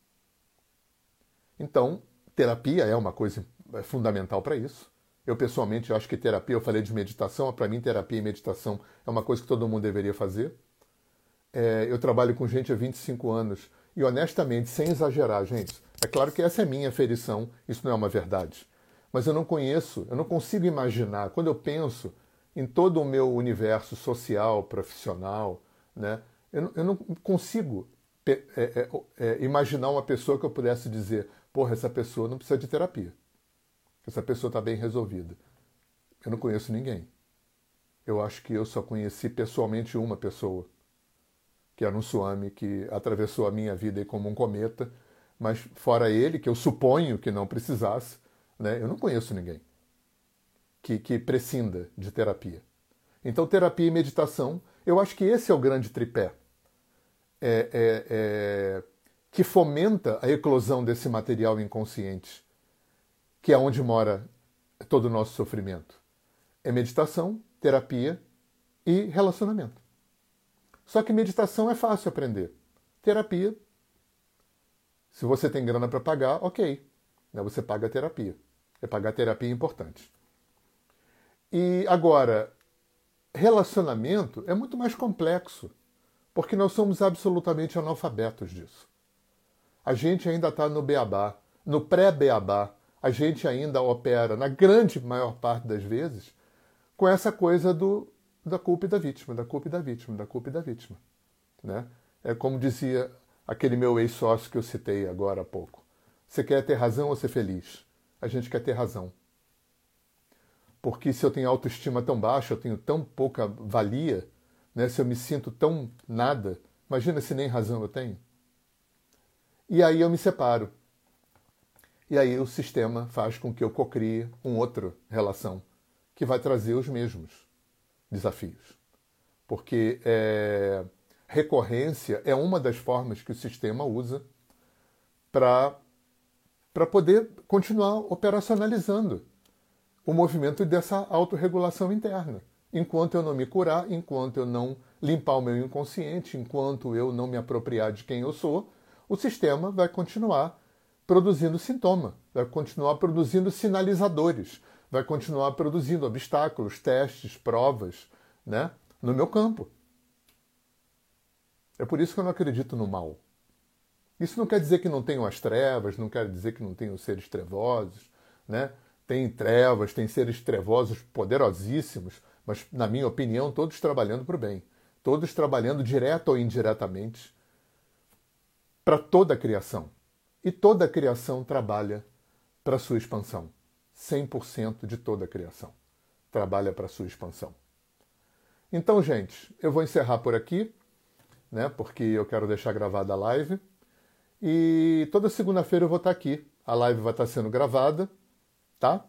Então, terapia é uma coisa fundamental para isso. Eu, pessoalmente, acho que terapia, eu falei de meditação, para mim, terapia e meditação é uma coisa que todo mundo deveria fazer. É, eu trabalho com gente há vinte e cinco anos e, honestamente, sem exagerar, gente, é claro que essa é minha aferição, isso não é uma verdade. Mas eu não conheço, eu não consigo imaginar, quando eu penso em todo o meu universo social, profissional, né, eu, não, eu não consigo é, é, é, imaginar uma pessoa que eu pudesse dizer, porra, essa pessoa não precisa de terapia. Essa pessoa está bem resolvida. Eu não conheço ninguém. Eu acho que eu só conheci pessoalmente uma pessoa, que era um Swami que atravessou a minha vida como um cometa, mas fora ele, que eu suponho que não precisasse, né, eu não conheço ninguém que, que prescinda de terapia. Então, terapia e meditação, eu acho que esse é o grande tripé é, é, é, que fomenta a eclosão desse material inconsciente, que é onde mora todo o nosso sofrimento. É meditação, terapia e relacionamento. Só que meditação é fácil aprender. Terapia, se você tem grana para pagar, ok. Você paga a terapia. É pagar a terapia é importante. E agora, relacionamento é muito mais complexo, porque nós somos absolutamente analfabetos disso. A gente ainda está no beabá, no pré-beabá. A gente ainda opera, na grande maior parte das vezes, com essa coisa do, da culpa e da vítima, da culpa e da vítima, da culpa e da vítima. Né? É como dizia aquele meu ex-sócio que eu citei agora há pouco. Você quer ter razão ou ser feliz? A gente quer ter razão. Porque se eu tenho autoestima tão baixa, eu tenho tão pouca valia, né? Se eu me sinto tão nada, imagina se nem razão eu tenho. E aí eu me separo. E aí o sistema faz com que eu cocrie uma outra relação, que vai trazer os mesmos desafios. Porque é, recorrência é uma das formas que o sistema usa para para poder continuar operacionalizando o movimento dessa autorregulação interna. Enquanto eu não me curar, enquanto eu não limpar o meu inconsciente, enquanto eu não me apropriar de quem eu sou, o sistema vai continuar produzindo sintoma, vai continuar produzindo sinalizadores, vai continuar produzindo obstáculos, testes, provas, né, no meu campo. É por isso que eu não acredito no mal. Isso não quer dizer que não tenham as trevas, não quer dizer que não tenham seres trevosos, né? Tem trevas, tem seres trevosos poderosíssimos, mas, na minha opinião, todos trabalhando para o bem. Todos trabalhando direto ou indiretamente para toda a criação. E toda a criação trabalha para a sua expansão. cem por cento de toda a criação trabalha para a sua expansão. Então, gente, eu vou encerrar por aqui, né? Porque eu quero deixar gravada a live. E toda segunda-feira eu vou estar aqui. A live vai estar sendo gravada, tá?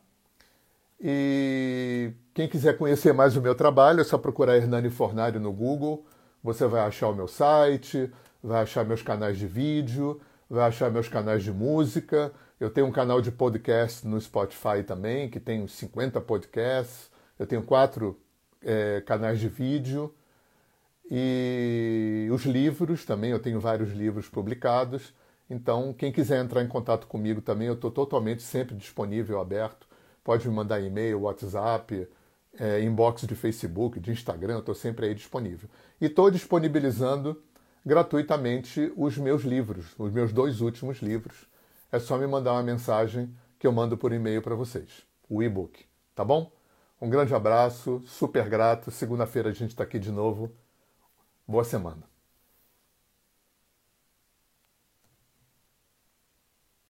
E quem quiser conhecer mais o meu trabalho, é só procurar Hernani Fornari no Google. Você vai achar o meu site, vai achar meus canais de vídeo, vai achar meus canais de música. Eu tenho um canal de podcast no Spotify também, que tem uns cinquenta podcasts. Eu tenho quatro é, canais de vídeo. E os livros também, eu tenho vários livros publicados. Então, quem quiser entrar em contato comigo também, eu estou totalmente sempre disponível, aberto. Pode me mandar e-mail, WhatsApp, é, inbox de Facebook, de Instagram, eu estou sempre aí disponível. E estou disponibilizando gratuitamente os meus livros, os meus dois últimos livros. É só me mandar uma mensagem que eu mando por e-mail para vocês, o e-book, tá bom? Um grande abraço, super grato. Segunda-feira a gente está aqui de novo. Boa semana.